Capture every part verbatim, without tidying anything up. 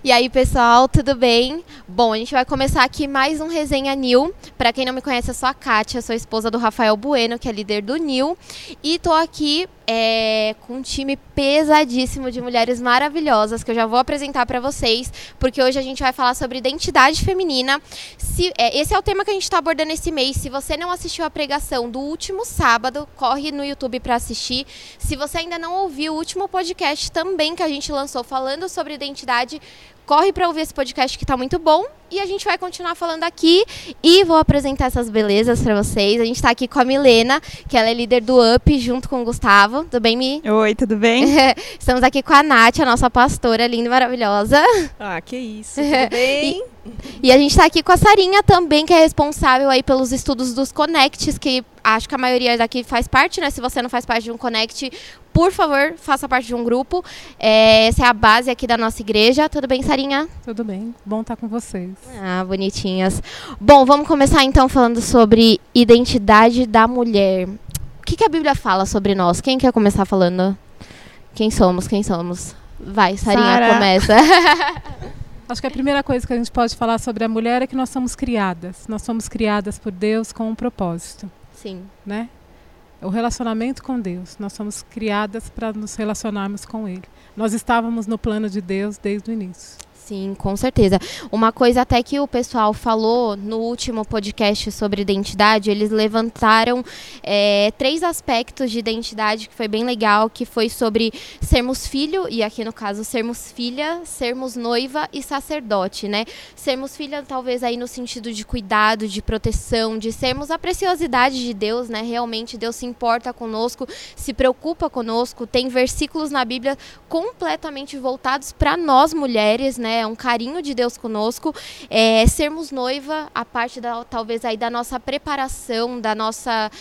E aí, pessoal, tudo bem? Bom, a gente vai começar aqui mais um Resenha New. Para quem não me conhece, eu sou a Kátia, sou esposa do Rafael Bueno, que é líder do New. E tô aqui é, com um time pesadíssimo de mulheres maravilhosas, que eu já vou apresentar para vocês, porque hoje a gente vai falar sobre identidade feminina. Se, é, esse é o tema que a gente está abordando esse mês. Se você não assistiu a pregação do último sábado, corre no YouTube para assistir. Se você ainda não ouviu o último podcast também que a gente lançou falando sobre identidade, corre para ouvir esse podcast que está muito bom. E a gente vai continuar falando aqui e vou apresentar essas belezas para vocês. A gente está aqui com a Milena, que ela é líder do Up, junto com o Gustavo. Tudo bem, Mi? Oi, tudo bem? Estamos aqui com a Nath, a nossa pastora linda e maravilhosa. Ah, que isso, tudo bem? E, e a gente está aqui com a Sarinha também, que é responsável aí pelos estudos dos Connects, que acho que a maioria daqui faz parte, né? Se você não faz parte de um Connect, por favor, faça parte de um grupo. É, essa é a base aqui da nossa igreja. Tudo bem, Sarinha? Tudo bem, bom estar com vocês. Ah, bonitinhas. Bom, vamos começar então falando sobre identidade da mulher. O que, que a Bíblia fala sobre nós? Quem quer começar falando? Quem somos? Quem somos? Vai, Sarinha, Sara. começa. Acho que a primeira coisa que a gente pode falar sobre a mulher é que nós somos criadas. Nós somos criadas por Deus com um propósito, Sim. né? O relacionamento com Deus. Nós somos criadas para nos relacionarmos com Ele. Nós estávamos no plano de Deus desde o início. Sim, com certeza. Uma coisa até que o pessoal falou no último podcast sobre identidade, eles levantaram é, três aspectos de identidade que foi bem legal, que foi sobre sermos filho, e aqui no caso sermos filha, sermos noiva e sacerdote, né? Sermos filha talvez aí no sentido de cuidado, de proteção, de sermos a preciosidade de Deus, né? Realmente Deus se importa conosco, se preocupa conosco, tem versículos na Bíblia completamente voltados para nós mulheres, né? É um carinho de Deus conosco, é, sermos noiva, a parte da, talvez aí da nossa preparação, da nossa,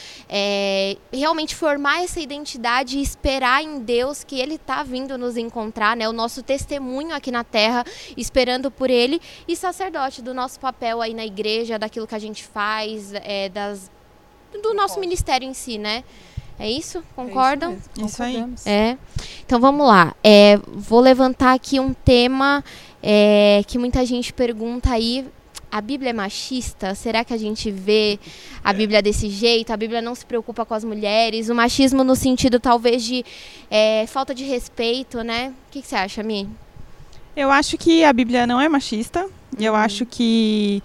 é, realmente formar essa identidade e esperar em Deus que Ele está vindo nos encontrar, né? O nosso testemunho aqui na terra, esperando por Ele, e sacerdote, do nosso papel aí na igreja, daquilo que a gente faz, é, das, do nosso ministério em si, né? É isso? Concordam? É isso mesmo, Isso aí. concordamos. É. Então vamos lá. É, vou levantar aqui um tema é, que muita gente pergunta aí. A Bíblia é machista? Será que a gente vê a Bíblia desse jeito? A Bíblia não se preocupa com as mulheres? O machismo no sentido talvez de é, falta de respeito, né? O que, que você acha, Mi? Eu acho que a Bíblia não é machista. Uhum. Eu acho que...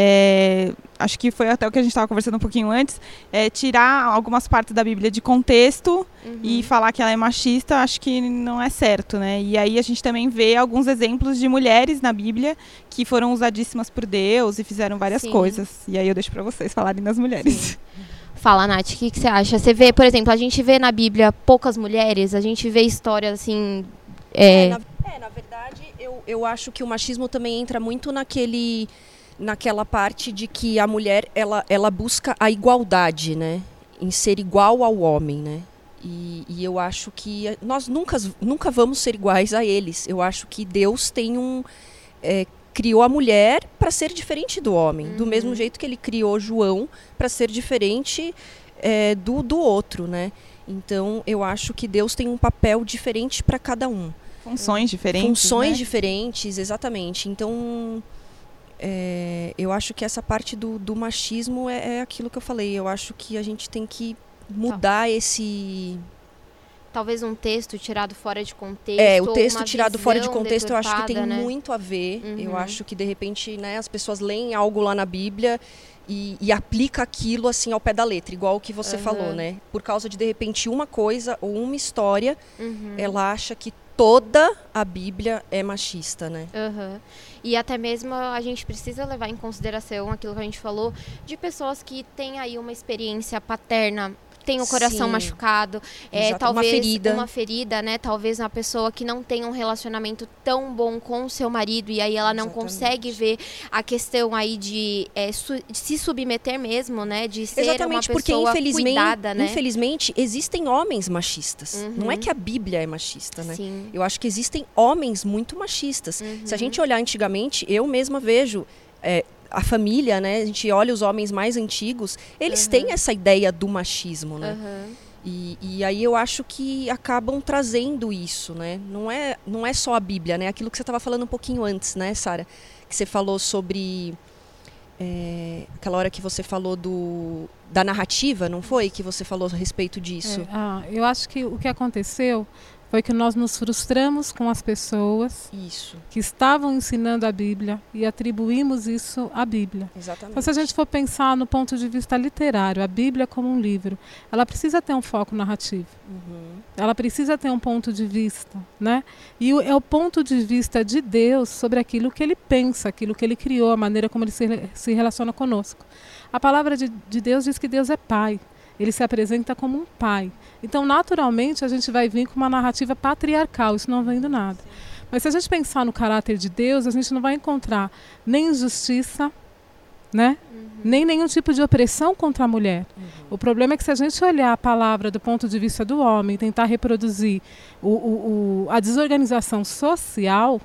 É, acho que foi até o que a gente estava conversando um pouquinho antes. É, tirar algumas partes da Bíblia de contexto uhum. e falar que ela é machista, acho que não é certo, né? E aí a gente também vê alguns exemplos de mulheres na Bíblia que foram usadíssimas por Deus e fizeram várias Sim. coisas. E aí eu deixo para vocês falarem das mulheres. Sim. Fala, Nath, o que, que você acha? Você vê, por exemplo, a gente vê na Bíblia poucas mulheres, a gente vê histórias assim... É... É, na, é, na verdade, eu, eu acho que o machismo também entra muito naquele, naquela parte de que a mulher, ela, ela busca a igualdade, né? Em ser igual ao homem, né? E, e eu acho que nós nunca, nunca vamos ser iguais a eles. Eu acho que Deus tem um... É, criou a mulher para ser diferente do homem. Uhum. Do mesmo jeito que ele criou João para ser diferente é, do, do outro, né? Então, eu acho que Deus tem um papel diferente para cada um. Funções diferentes, Funções né? diferentes, exatamente. Então, é, eu acho que essa parte do, do machismo é, é aquilo que eu falei. Eu acho que a gente tem que mudar esse... Talvez um texto tirado fora de contexto. É, o ou texto uma tirado fora de visão contexto eu acho que tem deturpada, né? muito a ver. Uhum. Eu acho que, de repente, né, as pessoas leem algo lá na Bíblia e, e aplica aquilo assim ao pé da letra, igual o que você Uhum. falou, né? Por causa de, de repente, uma coisa ou uma história, Uhum. ela acha que toda a Bíblia é machista, né? Uhum. E até mesmo a gente precisa levar em consideração aquilo que a gente falou de pessoas que têm aí uma experiência paterna, tem o coração Sim. machucado, é, Exato, talvez uma ferida. uma ferida, né? Talvez uma pessoa que não tem um relacionamento tão bom com o seu marido e aí ela não Exatamente. consegue ver a questão aí de, é, su- de se submeter mesmo, né? De ser Exatamente, uma porque pessoa infelizmente, cuidada, né? infelizmente existem homens machistas. Uhum. Não é que a Bíblia é machista, né? Sim. Eu acho que existem homens muito machistas. Uhum. Se a gente olhar antigamente, eu mesma vejo é, a família, né? A gente olha os homens mais antigos, eles Uhum. têm essa ideia do machismo, né? Uhum. E, e aí eu acho que acabam trazendo isso, né? Não é, não é só a Bíblia, né? Aquilo que você estava falando um pouquinho antes, né, Sara? Que você falou sobre... É, aquela hora que você falou do, da narrativa, não foi? Que você falou a respeito disso. É, ah, eu acho que o que aconteceu foi que nós nos frustramos com as pessoas Isso. que estavam ensinando a Bíblia e atribuímos isso à Bíblia. Exatamente. Então, se a gente for pensar no ponto de vista literário, a Bíblia como um livro, ela precisa ter um foco narrativo. Uhum. Ela precisa ter um ponto de vista, né? E o, é o ponto de vista de Deus sobre aquilo que Ele pensa, aquilo que Ele criou, a maneira como Ele se, se relaciona conosco. A palavra de, de Deus diz que Deus é Pai. Ele se apresenta como um pai. Então, naturalmente, a gente vai vir com uma narrativa patriarcal. Isso não vem do nada. Mas se a gente pensar no caráter de Deus, a gente não vai encontrar nem injustiça, né? Uhum. Nem nenhum tipo de opressão contra a mulher. Uhum. O problema é que se a gente olhar a palavra do ponto de vista do homem, tentar reproduzir o, o, o, a desorganização social,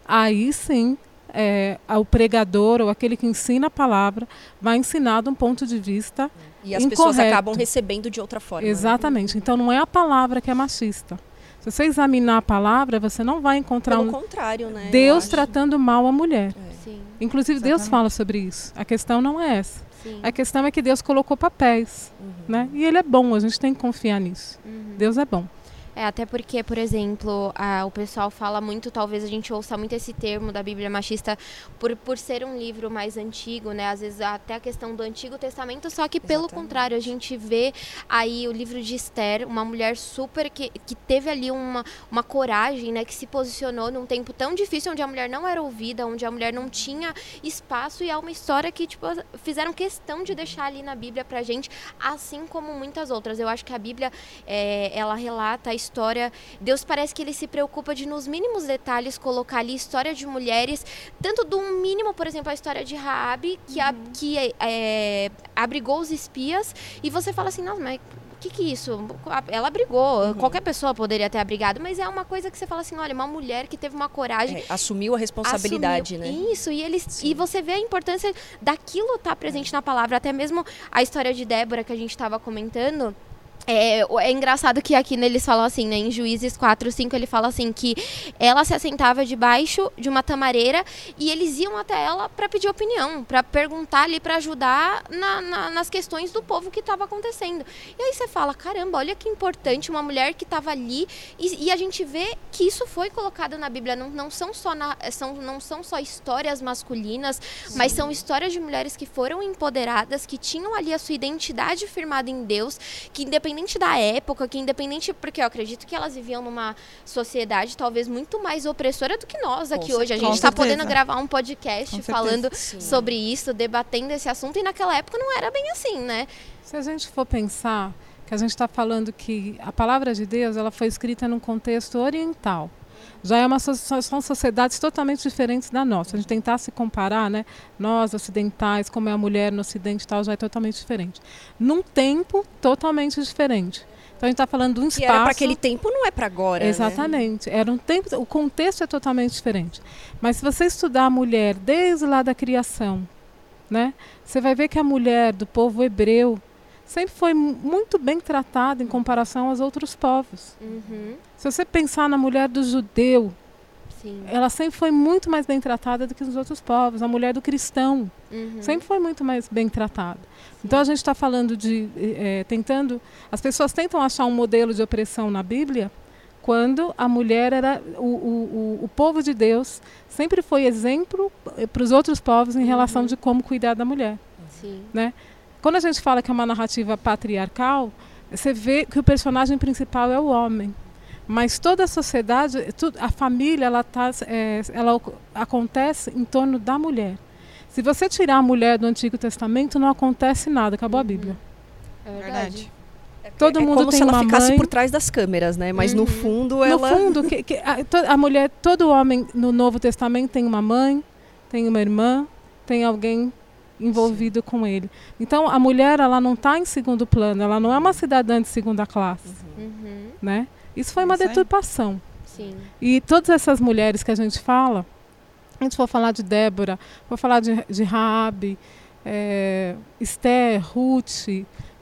aí sim... É, o pregador ou aquele que ensina a palavra vai ensinar de um ponto de vista e as incorreto. Pessoas acabam recebendo de outra forma. Exatamente. Né? Então não é a palavra que é machista. Se você examinar a palavra, você não vai encontrar Pelo um contrário, né? Deus tratando mal a mulher. É. Sim. Inclusive Exatamente. Deus fala sobre isso. A questão não é essa. Sim. A questão é que Deus colocou papéis, Uhum. né? E Ele é bom. A gente tem que confiar nisso. Uhum. Deus é bom. É, até porque, por exemplo, a, o pessoal fala muito, talvez a gente ouça muito esse termo da Bíblia machista por, por ser um livro mais antigo, né? Às vezes até a questão do Antigo Testamento, só que pelo Exatamente. contrário, a gente vê aí o livro de Esther, uma mulher super que, que teve ali uma, uma coragem, né? Que se posicionou num tempo tão difícil, onde a mulher não era ouvida, onde a mulher não tinha espaço, e é uma história que, tipo, fizeram questão de deixar ali na Bíblia pra gente, assim como muitas outras. Eu acho que a Bíblia, é, ela relata a história, Deus parece que ele se preocupa de nos mínimos detalhes colocar ali história de mulheres, tanto do mínimo, por exemplo, a história de Raabe, que, a, que é, abrigou os espias, e você fala assim, não, mas o que que é isso? Ela abrigou, Uhum. qualquer pessoa poderia ter abrigado, mas é uma coisa que você fala assim, olha, uma mulher que teve uma coragem, É, assumiu a responsabilidade, assumiu. né? Isso, e, eles, e você vê a importância daquilo estar presente na palavra, até mesmo a história de Débora que a gente estava comentando. É, é engraçado que aqui né, eles falam assim, né, em Juízes quatro, cinco, ele fala assim que ela se assentava debaixo de uma tamareira e eles iam até ela para pedir opinião, para perguntar ali, para ajudar na, na, nas questões do povo que estava acontecendo. E aí você fala, caramba, olha que importante, uma mulher que estava ali, e, e a gente vê que isso foi colocado na Bíblia, não, não, são, só na, são, não são só histórias masculinas, Sim. mas são histórias de mulheres que foram empoderadas, que tinham ali a sua identidade firmada em Deus, que independente Independente da época, que independente, porque eu acredito que elas viviam numa sociedade talvez muito mais opressora do que nós aqui Com hoje. A certeza. gente está podendo gravar um podcast Com falando Sim. sobre isso, debatendo esse assunto, e naquela época não era bem assim, né? Se a gente for pensar que a gente está falando que a palavra de Deus ela foi escrita num contexto oriental. Já é uma são sociedades totalmente diferentes da nossa. Se a gente tentar se comparar, né, nós ocidentais, como é a mulher no ocidente e tal, já é totalmente diferente. Num tempo totalmente diferente. Então a gente está falando de um espaço... Que era para aquele tempo, não é para agora, Exatamente. Né? Era um tempo, o contexto é totalmente diferente. Mas se você estudar a mulher desde lá da criação, né, você vai ver que a mulher do povo hebreu sempre foi muito bem tratada em comparação aos outros povos. Uhum. Se você pensar na mulher do judeu, Sim. ela sempre foi muito mais bem tratada do que os outros povos. A mulher do cristão Uhum. sempre foi muito mais bem tratada. Sim. Então a gente está falando de, é, tentando, as pessoas tentam achar um modelo de opressão na Bíblia, quando a mulher era, o, o, o, o povo de Deus sempre foi exemplo para os outros povos em relação Uhum. de como cuidar da mulher. Sim. Né? Quando a gente fala que é uma narrativa patriarcal, você vê que o personagem principal é o homem. Mas toda a sociedade, tudo, a família, ela, tá, é, ela acontece em torno da mulher. Se você tirar a mulher do Antigo Testamento, não acontece nada, acabou Uhum. a Bíblia. É verdade. Verdade. Todo é mundo como tem se ela uma ficasse mãe. por trás das câmeras, né? Mas Uhum. no fundo No ela... fundo, que, que, a, to, a mulher, todo homem no Novo Testamento tem uma mãe, tem uma irmã, tem alguém envolvido Sim. com ele. Então, a mulher, ela não está em segundo plano, ela não é uma cidadã de segunda classe. Uhum. Né? Isso foi uma Isso aí. deturpação. Sim. E todas essas mulheres que a gente fala, a gente for falar de Débora, for falar de, de Raabe, é, Esther, Ruth,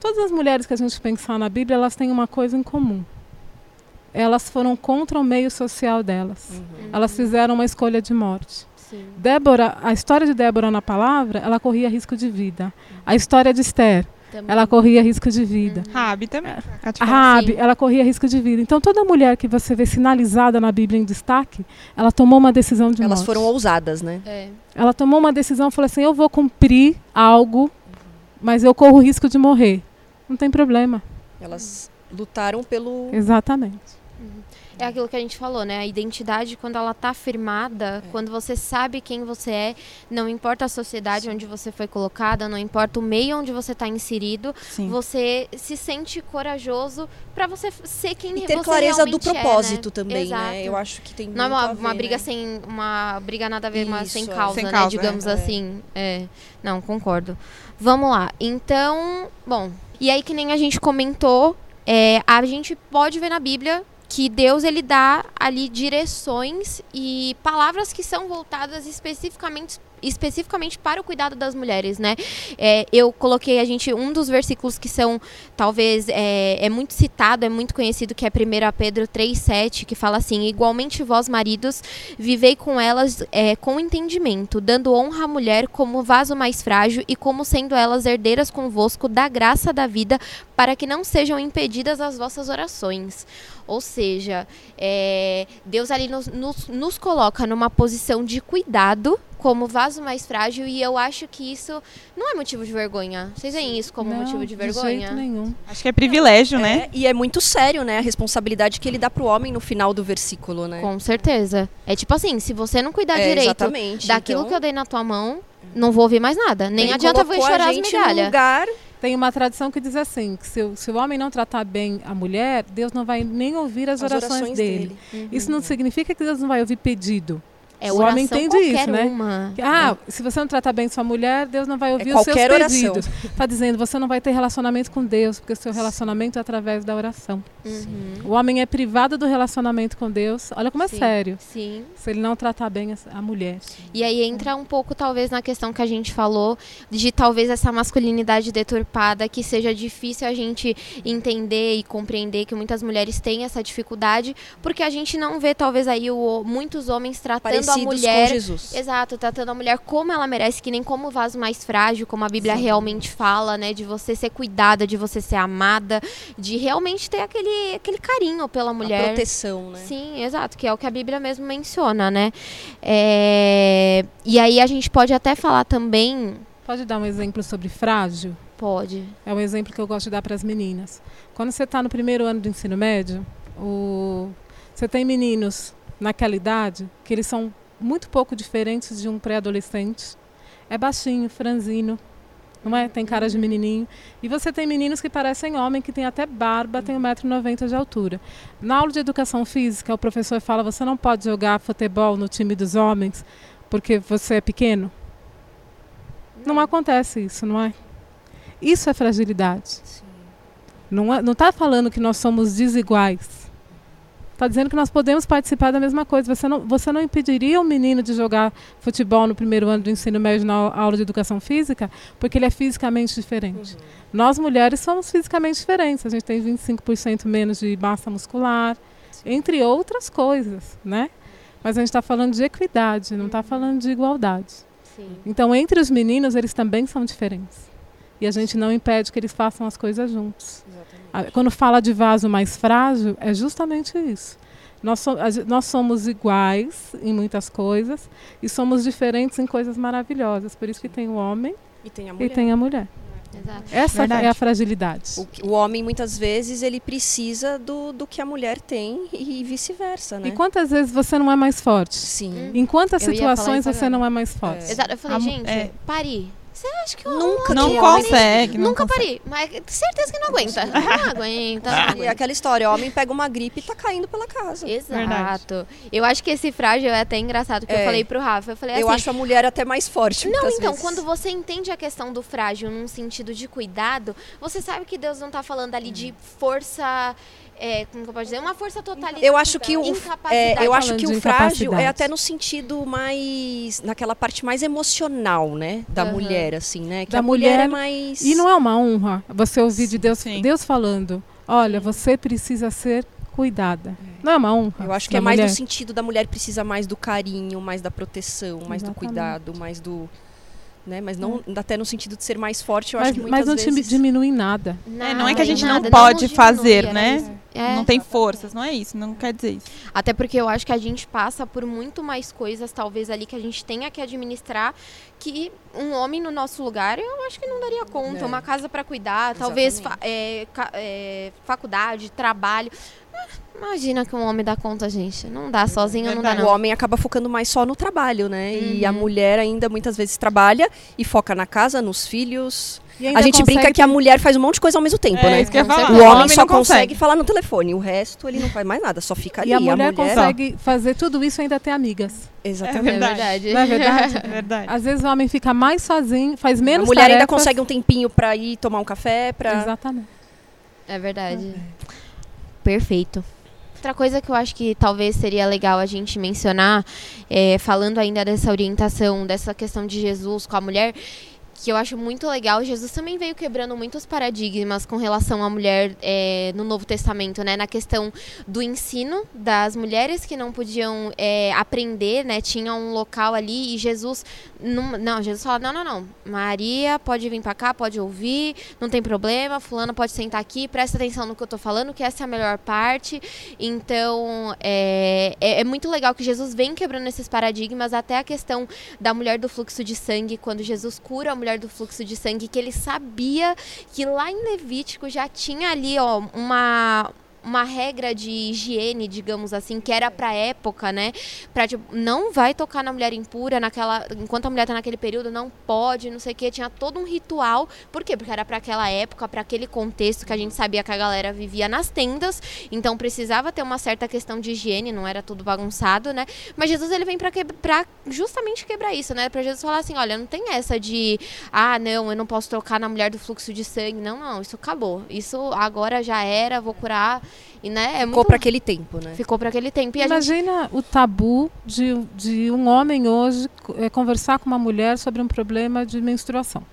Todas as mulheres que a gente pensar na Bíblia, elas têm uma coisa em comum. Elas foram contra o meio social delas. Uhum. Elas fizeram uma escolha de morte. Sim. Débora, a história de Débora na palavra, ela corria risco de vida. A história de Esther, Também. ela corria risco de vida. Raabe também. A Raabe, Sim. ela corria risco de vida. Então, toda mulher que você vê sinalizada na Bíblia em destaque, ela tomou uma decisão de Elas morte. foram ousadas, né? É. Ela tomou uma decisão e falou assim, eu vou cumprir algo, mas eu corro o risco de morrer. Não tem problema. Elas lutaram pelo... Exatamente. É aquilo que a gente falou, né? A identidade, quando ela tá firmada, É. quando você sabe quem você é, não importa a sociedade onde você foi colocada, não importa o meio onde você está inserido, Sim. você se sente corajoso para você f- ser quem E ter você clareza do realmente é, propósito né? também, Exato. né? Eu acho que tem Não é muito uma, a ver, uma briga né? sem. Uma briga nada a ver, mas sem Isso, é. causa, Sem né? causa, Digamos é. assim. É. Não, concordo. Vamos lá. Então, bom. E aí, que nem a gente comentou, é, a gente pode ver na Bíblia que Deus, ele dá ali direções e palavras que são voltadas especificamente especificamente para o cuidado das mulheres, né? É, eu coloquei a gente um dos versículos que são talvez é, é muito citado, é muito conhecido, que é primeiro Pedro três, sete, que fala assim: igualmente vós maridos vivei com elas é, com entendimento, dando honra à mulher como vaso mais frágil e como sendo elas herdeiras convosco da graça da vida, para que não sejam impedidas as vossas orações. Ou seja, é, Deus ali nos, nos, nos coloca numa posição de cuidado como vaso mais frágil, e eu acho que isso não é motivo de vergonha. Vocês veem isso como Não, motivo de de vergonha? jeito nenhum. Acho que é privilégio, né? É, e é muito sério, né? A responsabilidade que ele dá pro homem no final do versículo, né? Com certeza. É tipo assim, se você não cuidar É, direito exatamente. daquilo Então, que eu dei na tua mão, não vou ouvir mais nada. Nem ele adianta eu vir colocou chorar a as gente no migalhas. lugar. Tem uma tradição que diz assim, que se o, se o homem não tratar bem a mulher, Deus não vai nem ouvir as, As orações, orações dele. dele. Isso não significa que Deus não vai ouvir pedido. É O oração homem entende qualquer isso, né? uma. Que, Ah, se você não tratar bem sua mulher, Deus não vai ouvir É os seus qualquer oração. pedidos. Está dizendo, você não vai ter relacionamento com Deus, porque o seu relacionamento é através da oração. Uhum. O homem é privado do relacionamento com Deus. Olha como é Sim. sério. Sim. Se ele não tratar bem a, a mulher. E aí entra um pouco, talvez, na questão que a gente falou, de talvez essa masculinidade deturpada, que seja difícil a gente entender e compreender, que muitas mulheres têm essa dificuldade, porque a gente não vê, talvez, aí o, muitos homens tratando Parecidos a mulher... com Jesus. Exato, tratando a mulher como ela merece, que nem como o vaso mais frágil, como a Bíblia Exatamente. realmente fala, né? De você ser cuidada, de você ser amada, de realmente ter aquele, aquele carinho pela A mulher. proteção, né? Sim, exato, que é o que a Bíblia mesmo menciona, né? É, E aí a gente pode até falar também... Pode dar um exemplo sobre frágil? Pode. É um exemplo que eu gosto de dar para as meninas. Quando você está no primeiro ano do ensino médio, o... você tem meninos naquela idade que eles são muito pouco diferentes de um pré-adolescente. É baixinho, franzino, não é? Tem cara de menininho. E você tem meninos que parecem homem, que tem até barba, tem um metro e noventa de altura. Na aula de educação física, o professor fala, você não pode jogar futebol no time dos homens porque você é pequeno. Não acontece isso, não é? Isso é fragilidade. Sim. Não é, não está falando que nós somos desiguais. Está dizendo que nós podemos participar da mesma coisa. Você não, você não impediria um menino de jogar futebol no primeiro ano do ensino médio na aula de educação física, porque ele é fisicamente diferente. Uhum. Nós, mulheres, somos fisicamente diferentes. A gente tem vinte e cinco por cento menos de massa muscular, entre outras coisas, né? Mas a gente está falando de equidade, não está falando de igualdade. Sim. Então, entre os meninos, eles também são diferentes. E a gente não impede que eles façam as coisas juntos. Exatamente. Quando fala de vaso mais frágil, é justamente isso. Nós, so, a, nós somos iguais em muitas coisas e somos diferentes em coisas maravilhosas. Por isso que tem o homem E tem a e mulher. tem a mulher. Exato. Essa Verdade. é a fragilidade. O, que- o homem, muitas vezes, ele precisa do, do que a mulher tem e vice-versa, né? E quantas vezes você não é mais forte? Sim. Em quantas Eu ia falar situações isso você agora. não é mais forte? É. Exato. Eu falei, A mu- gente, é. pare. Você acha que eu Nunca Não que consegue. não Nunca consegue. parei, mas certeza que não aguenta. Não aguenta. Não E aguenta. aquela história, o homem pega uma gripe e tá caindo pela casa. Exato. Eu acho que esse frágil é até engraçado, que É. eu falei pro Rafa. Eu falei Eu assim, acho a mulher até mais forte. não, muitas então, vezes. quando você entende a questão do frágil num sentido de cuidado, você sabe que Deus não tá falando ali de força É, como que eu posso dizer? Uma força totalitária. Eu acho que o, é, eu acho que o frágil é até no sentido mais, naquela parte mais emocional, né, da uhum. mulher, assim, né, que da a mulher, mulher é mais. E não é uma honra você ouvir de Deus, Sim. Deus falando, olha, você precisa ser cuidada. É. Não é uma honra. Eu acho que é mais no sentido da mulher precisa mais do carinho, mais da proteção, mais Exatamente. do cuidado, mais do Né? Mas não é. até no sentido de ser mais forte, eu mas, acho que muitas mas não vezes... te diminui em nada. É, não é que a gente nada, não pode não fazer, diminui, né? É. Não tem forças, não é isso, não quer dizer isso. Até porque eu acho que a gente passa por muito mais coisas, talvez ali, que a gente tenha que administrar, que um homem no nosso lugar, eu acho que não daria conta. É. Uma casa para cuidar, talvez fa é, é, faculdade, trabalho... Imagina que um homem dá conta, gente. Não dá, sozinho é não dá não. O homem acaba focando mais só no trabalho, né? Uhum. E a mulher ainda muitas vezes trabalha e foca na casa, nos filhos. A gente consegue... brinca que a mulher faz um monte de coisa ao mesmo tempo, é, né? Isso que eu ia falar. O homem, o homem só consegue. consegue falar no telefone, o resto ele não faz mais nada, só fica ali. E a mulher, a mulher consegue fazer tudo isso e ainda ter amigas. Exatamente. É verdade. Não é verdade? É verdade. Às vezes o homem fica mais sozinho, faz menos tarefas. A mulher tarefas. ainda consegue um tempinho pra ir tomar um café, pra... Exatamente. É verdade. Uhum. Perfeito. Outra coisa que eu acho que talvez seria legal a gente mencionar, é, falando ainda dessa orientação, dessa questão de Jesus com a mulher, que eu acho muito legal. Jesus também veio quebrando muitos paradigmas com relação à mulher é, no Novo Testamento, né? Na questão do ensino das mulheres que não podiam é, aprender, né? Tinha um local ali e Jesus... Não, não, Jesus fala, não, não, não. Maria pode vir pra cá, pode ouvir, não tem problema. Fulana pode sentar aqui, presta atenção no que eu tô falando, que essa é a melhor parte. Então, é, é, é muito legal que Jesus vem quebrando esses paradigmas, até a questão da mulher do fluxo de sangue, quando Jesus cura a mulher do fluxo de sangue, que ele sabia que lá em Levítico já tinha ali, ó, uma... uma regra de higiene, digamos assim, que era pra época, né? Pra, tipo, não vai tocar na mulher impura naquela, enquanto a mulher tá naquele período, não pode, não sei o que. Tinha todo um ritual. Por quê? Porque era pra aquela época, pra aquele contexto que a gente sabia que a galera vivia nas tendas. Então precisava ter uma certa questão de higiene, não era tudo bagunçado, né? Mas Jesus, ele vem pra, que, pra justamente quebrar isso, né? Pra Jesus falar assim, olha, não tem essa de, ah, não, eu não posso tocar na mulher do fluxo de sangue. Não, não, isso acabou. Isso agora já era, vou curar. E, né, é Ficou muito... para aquele tempo, né? Ficou para aquele tempo. E Imagina gente... o tabu de, de um homem hoje é, conversar com uma mulher sobre um problema de menstruação.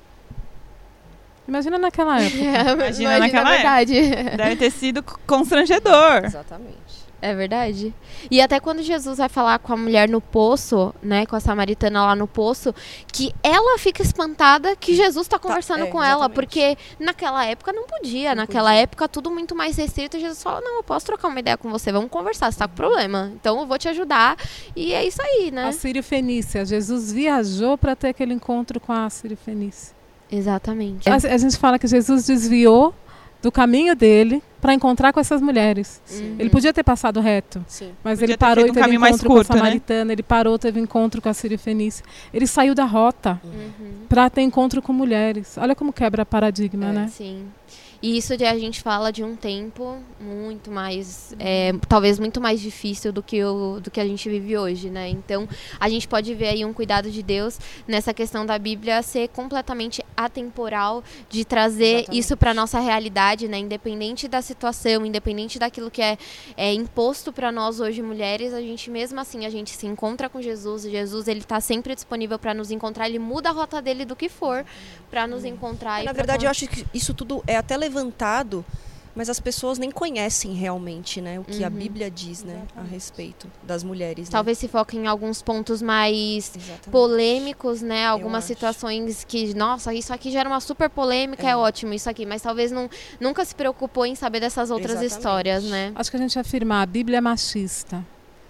Imagina naquela época. É, imagina, imagina naquela verdade. época. Deve ter sido constrangedor. Exatamente. É verdade. E até quando Jesus vai falar com a mulher no poço, né, com a samaritana lá no poço, que ela fica espantada que Jesus está conversando tá, é, com ela, exatamente. Porque naquela época não podia, não naquela podia. época tudo muito mais restrito, e Jesus fala, não, eu posso trocar uma ideia com você, vamos conversar, você tá com problema, então eu vou te ajudar, e é isso aí, né? A Sírio-Fenícia, Jesus viajou para ter aquele encontro com a Sírio-Fenícia. Exatamente. A, a gente fala que Jesus desviou do caminho dele para encontrar com essas mulheres. Sim. Ele podia ter passado reto, Sim. mas podia ele parou e um teve encontro curto, com a samaritana, né? Ele parou, teve encontro com a Sírio-Fenícia. Ele saiu da rota uhum. para ter encontro com mulheres. Olha como quebra paradigma, é, né? Sim. E isso de a gente fala de um tempo muito mais, é, talvez muito mais difícil do que, o, do que a gente vive hoje, né? Então, a gente pode ver aí um cuidado de Deus nessa questão da Bíblia ser completamente atemporal, de trazer Exatamente. Isso para nossa realidade, né? Independente da situação, independente daquilo que é, é imposto para nós hoje, mulheres, a gente mesmo assim, a gente se encontra com Jesus, e Jesus, ele está sempre disponível para nos encontrar, ele muda a rota dele do que for para nos encontrar. É, e na verdade, eu acho que isso tudo é até levantado, mas as pessoas nem conhecem realmente, né, o que uhum. a Bíblia diz, né, a respeito das mulheres. Talvez né? se foque em alguns pontos mais Exatamente. polêmicos, né, algumas situações que, nossa, isso aqui já era uma super polêmica, é, é ótimo isso aqui, mas talvez não, nunca se preocupou em saber dessas outras Exatamente. histórias, né. Acho que a gente afirmar a Bíblia é machista,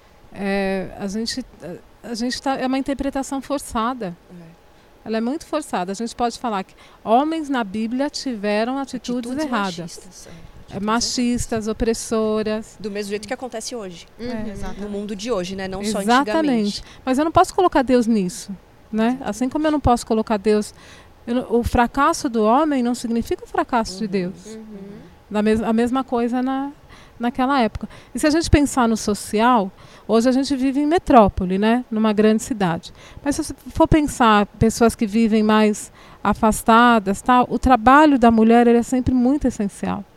é, a gente, a gente tá, é uma interpretação forçada. É. Ela é muito forçada. A gente pode falar que homens na Bíblia tiveram atitudes, atitudes erradas. Machistas, é. Atitudes é, machistas, erradas. Opressoras. Do mesmo jeito que acontece hoje. Uhum. É, no mundo de hoje, né? Não Exatamente. só antigamente. Mas eu não posso colocar Deus nisso. Né? Assim como eu não posso colocar Deus... Eu, o fracasso do homem não significa o fracasso uhum. de Deus. Uhum. Da mes a mesma coisa na... naquela época. E se a gente pensar no social, hoje a gente vive em metrópole, né? Numa grande cidade. Mas se você for pensar pessoas que vivem mais afastadas, tal, o trabalho da mulher ele é sempre muito essencial.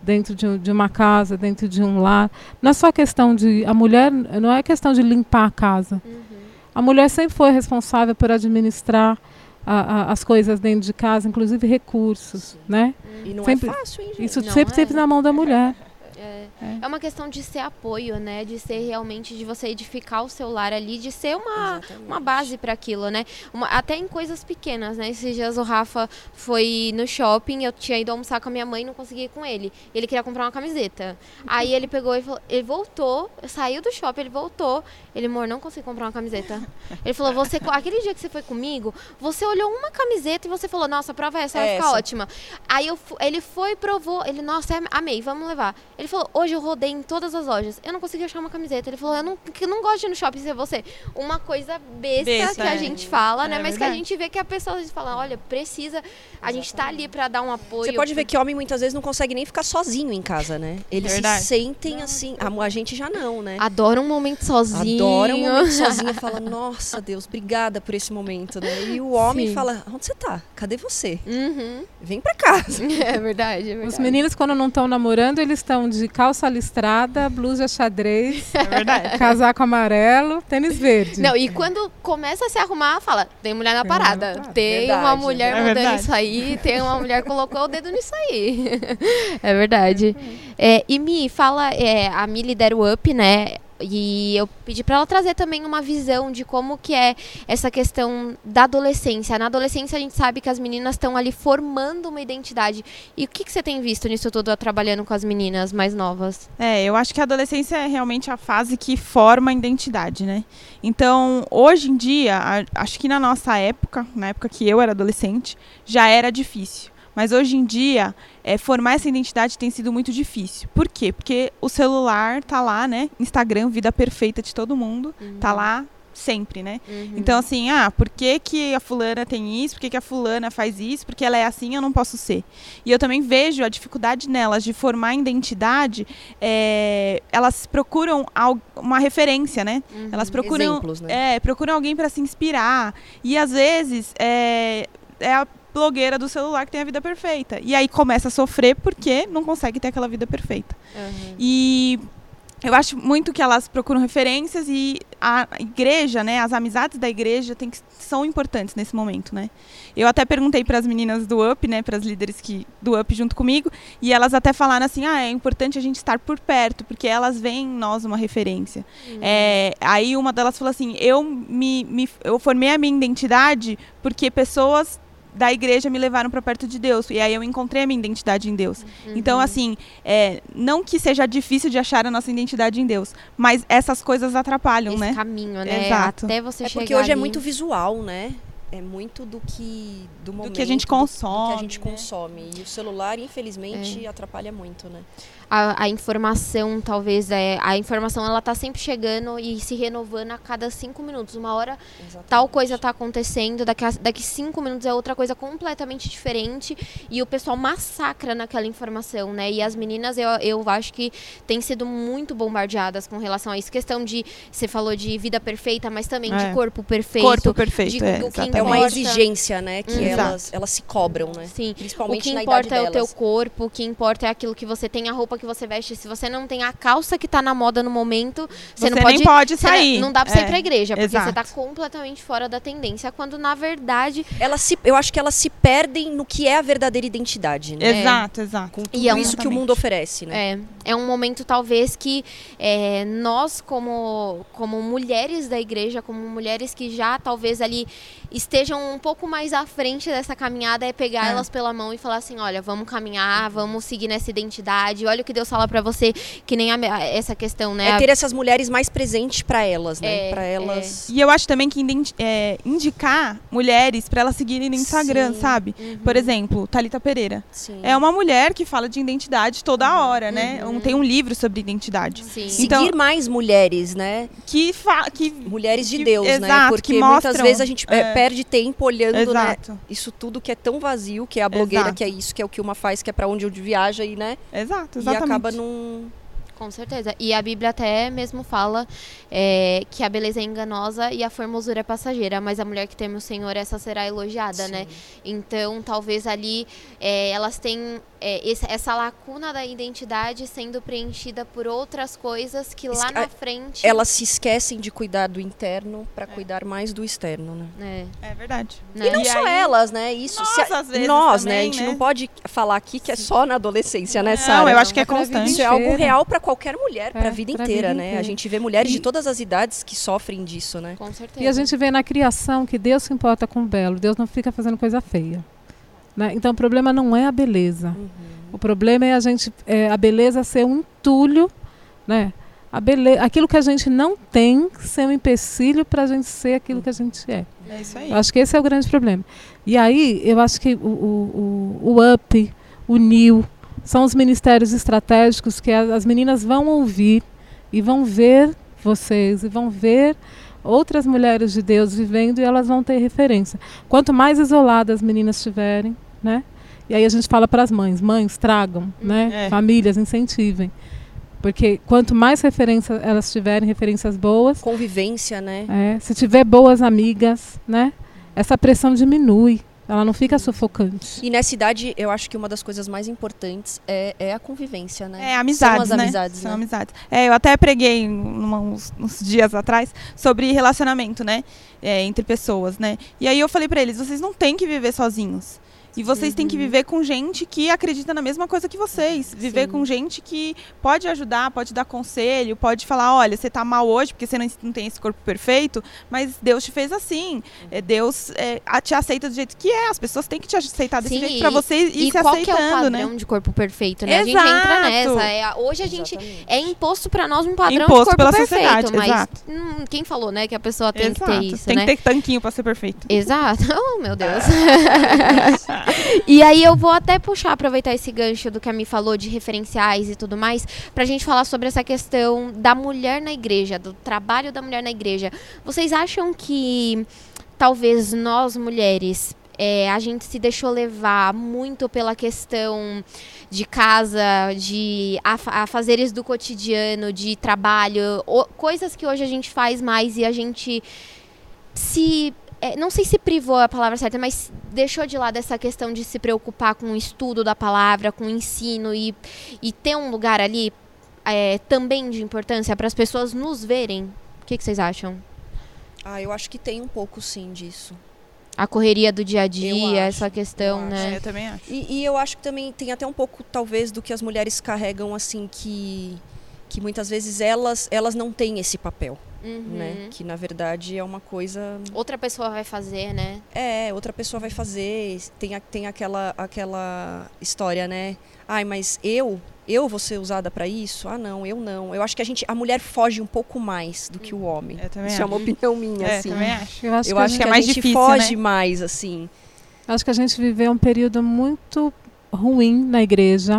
dentro de, de uma casa, dentro de um lar. Não é só questão de... A mulher não é questão de limpar a casa. Uhum. A mulher sempre foi responsável por administrar a, a, as coisas dentro de casa, inclusive recursos, Sim. né? E não sempre, é fácil, hein, gente? Isso não sempre é. esteve na mão da mulher. É. É uma questão de ser apoio, né? De ser realmente, de você edificar o seu lar ali, de ser uma, uma base para aquilo, né? Uma, até em coisas pequenas, né? Esses dias o Rafa foi no shopping, eu tinha ido almoçar com a minha mãe e não consegui ir com ele. Ele queria comprar uma camiseta. Aí ele pegou e falou, ele voltou, saiu do shopping, ele voltou. Ele, amor, não consegui comprar uma camiseta. Ele falou, você, aquele dia que você foi comigo, você olhou uma camiseta e você falou, nossa, prova essa, vai ficar ótima. Aí eu, ele foi, provou, ele, nossa, amei, vamos levar. Ele falou, hoje eu rodei em todas as lojas, eu não consegui achar uma camiseta. Ele falou, eu não, eu não gosto de ir no shopping ser você. Uma coisa besta, besta que é. a gente fala, né? É, mas verdade. Que a gente vê que a pessoa fala, olha, precisa, a Exatamente. gente tá ali pra dar um apoio. Você pode ver que homem muitas vezes não consegue nem ficar sozinho em casa, né? Eles é se sentem não. assim, a, a gente já não, né? Adora um momento sozinho. Adora um momento sozinho e fala, nossa Deus, obrigada por esse momento, né? E o homem Sim. fala, onde você tá? Cadê você? Uhum. Vem pra casa. É verdade, é verdade. Os meninos, quando não estão namorando, eles estão de calça listrada, blusa xadrez, é verdade. casaco amarelo, tênis verde. Não, e quando começa a se arrumar, fala, tem mulher na parada. Tem verdade. uma mulher é mudando isso aí, tem uma mulher que colocou o dedo nisso aí. É verdade. É, e Mi, fala, é, a Mi lidera o Up, né? E eu pedi para ela trazer também uma visão de como que é essa questão da adolescência. Na adolescência a gente sabe que as meninas estão ali formando uma identidade. E o que, que você tem visto nisso tudo, trabalhando com as meninas mais novas? É, eu acho que a adolescência é realmente a fase que forma a identidade, né? Então, hoje em dia, a, acho que na nossa época, na época que eu era adolescente, já era difícil. Mas hoje em dia, é, formar essa identidade tem sido muito difícil. Por quê? Porque o celular tá lá, né? Instagram, vida perfeita de todo mundo, uhum. tá lá sempre, né? Uhum. Então, assim, ah, por que, que a fulana tem isso? Por que, que a fulana faz isso? Porque ela é assim, eu não posso ser. E eu também vejo a dificuldade nelas de formar identidade. É, elas procuram uma referência, né? Uhum. Elas procuram, Exemplos, né? É, procuram alguém para se inspirar. E, às vezes, é, é a blogueira do celular que tem a vida perfeita. E aí começa a sofrer porque não consegue ter aquela vida perfeita. Uhum. E eu acho muito que elas procuram referências e a igreja, né, as amizades da igreja tem que, são importantes nesse momento, né? Eu até perguntei para as meninas do Up, né, para as líderes que, do Up junto comigo, e elas até falaram assim, ah, é importante a gente estar por perto, porque elas veem em nós uma referência. Uhum. É, aí uma delas falou assim, eu, me, me, eu formei a minha identidade porque pessoas da igreja me levaram para perto de Deus. E aí eu encontrei a minha identidade em Deus. Uhum. Então, assim, é, não que seja difícil de achar a nossa identidade em Deus, mas essas coisas atrapalham, Esse né? caminho, né? Exato. Até você é chegar porque hoje ali. é muito visual, né? É muito do que do, momento, do que a gente consome. Do, do que a gente né? consome. E o celular, infelizmente, é. atrapalha muito, né? A, a informação, talvez, é, a informação ela tá sempre chegando e se renovando a cada cinco minutos. Uma hora Exatamente. Tal coisa tá acontecendo, daqui a daqui cinco minutos é outra coisa completamente diferente e o pessoal massacra naquela informação, né? E as meninas, eu, eu acho que têm sido muito bombardeadas com relação a isso. Questão de, você falou de vida perfeita, mas também é. de corpo perfeito. Corpo perfeito, de, é, do que é uma exigência, né? Que hum. elas, elas se cobram, né? Sim. Principalmente o que na importa idade é o delas. teu corpo, o que importa é aquilo que você tem, a roupa que você veste. Se você não tem a calça que tá na moda no momento, você, você não pode, nem pode sair. Não, não dá pra você é. ir pra igreja, porque Exato. você tá completamente fora da tendência, quando na verdade... Elas se, eu acho que elas se perdem no que é a verdadeira identidade, né? Exato, é. exato. Com tudo e é um, isso que o mundo oferece, né? É, é um momento talvez que é, nós como, como mulheres da igreja, como mulheres que já talvez ali estejam um pouco mais à frente dessa caminhada, é pegar é. elas pela mão e falar assim, olha, vamos caminhar, vamos seguir nessa identidade, olha o que Deus fala pra você, que nem a, essa questão, né? É ter essas mulheres mais presentes pra elas, né? É, pra elas... É. E eu acho também que é, indicar mulheres pra elas seguirem no Instagram, Sim. sabe? Uhum. Por exemplo, Thalita Pereira. Sim. É uma mulher que fala de identidade toda uhum. hora, né? Uhum. Um, tem um livro sobre identidade. Sim. Então, seguir mais mulheres, né? Que, fa que mulheres de que, Deus, exato, né? Porque mostram, muitas vezes a gente é, perde tempo olhando, exato. né? Isso tudo que é tão vazio, que é a blogueira, exato. que é isso, que é o que uma faz, que é pra onde viaja e, né? Exato, exatamente. E acaba num... Com certeza. E a Bíblia até mesmo fala é, que a beleza é enganosa e a formosura é passageira, mas a mulher que teme o Senhor, essa será elogiada, Sim. né? Então, talvez ali é, elas têm é, esse, essa lacuna da identidade sendo preenchida por outras coisas que lá na frente... Elas se esquecem de cuidar do interno para é. cuidar mais do externo, né? É, é verdade. Né? E não e só aí, elas, né? Isso nós, se, às vezes, nós também, né? A gente né? não pode falar aqui que é só na adolescência, né, Sara? Não, eu acho que é constante. Isso é algo real para qualquer mulher, é, para a vida inteira, vida né? inteira. A gente vê mulheres e, de todas as idades que sofrem disso, né? Com certeza. E a gente vê na criação que Deus se importa com o belo. Deus não fica fazendo coisa feia. Né? Então o problema não é a beleza. Uhum. O problema é a gente, é, a beleza ser um entulho, né? A bele... Aquilo que a gente não tem ser um empecilho para a gente ser aquilo que a gente é. É isso aí. Eu acho que esse é o grande problema. E aí, eu acho que o, o, o, o U P, o N I U, são os ministérios estratégicos que as, as meninas vão ouvir e vão ver vocês, e vão ver outras mulheres de Deus vivendo, e elas vão ter referência. Quanto mais isoladas as meninas estiverem, né? E aí a gente fala para as mães, mães, tragam, né? É. Famílias, incentivem. Porque quanto mais referências elas tiverem, referências boas... Convivência, né? É, se tiver boas amigas, né? Essa pressão diminui. Ela não fica sufocante. E nessa idade, eu acho que uma das coisas mais importantes é, é a convivência, né? É, amizades, São as né? amizades, São né? amizades. É, eu até preguei numa, uns, uns dias atrás sobre relacionamento, né? É, entre pessoas, né? E aí eu falei pra eles, vocês não têm que viver sozinhos. E vocês uhum. têm que viver com gente que acredita na mesma coisa que vocês. Viver Sim. com gente que pode ajudar, pode dar conselho, pode falar, olha, você tá mal hoje porque você não, não tem esse corpo perfeito, mas Deus te fez assim. Uhum. É, Deus é, te aceita do jeito que é. As pessoas têm que te aceitar desse Sim, jeito pra você ir e se qual aceitando, que é o padrão né? de corpo perfeito, né? Exato. A gente entra nessa. É, hoje a gente Exatamente. é imposto pra nós um padrão imposto de corpo pela perfeito. Sociedade, mas exato. hum, quem falou, né, que a pessoa tem Exato. que ter isso, tem né? que ter tanquinho pra ser perfeito. Exato. Oh, meu Deus. E aí eu vou até puxar, aproveitar esse gancho do que a Mi falou de referenciais e tudo mais, pra gente falar sobre essa questão da mulher na igreja, do trabalho da mulher na igreja. Vocês acham que talvez nós, mulheres, é, a gente se deixou levar muito pela questão de casa, de af- afazeres do cotidiano, de trabalho, o, coisas que hoje a gente faz mais e a gente se... É, não sei se privou a palavra certa, mas deixou de lado essa questão de se preocupar com o estudo da palavra, com o ensino e, e ter um lugar ali é, também de importância para as pessoas nos verem. O que, que vocês acham? Ah, eu acho que tem um pouco sim disso. A correria do dia a dia, acho, essa questão, eu né? É, eu também acho. E, e eu acho que também tem até um pouco, talvez, do que as mulheres carregam, assim, que, que muitas vezes elas, elas não têm esse papel. Uhum. Né? Que na verdade é uma coisa... Outra pessoa vai fazer, né? É, outra pessoa vai fazer. Tem, a, tem aquela, aquela história, né? Ai, mas eu, eu vou ser usada para isso? Ah, não, eu não. Eu acho que a gente, a mulher foge um pouco mais do que o homem. Eu também Isso acho. é uma opinião minha, É, assim. também acho. Eu acho Eu que, acho a que gente, a mais gente difícil, foge né? mais, assim. acho que a gente viveu um período muito ruim na igreja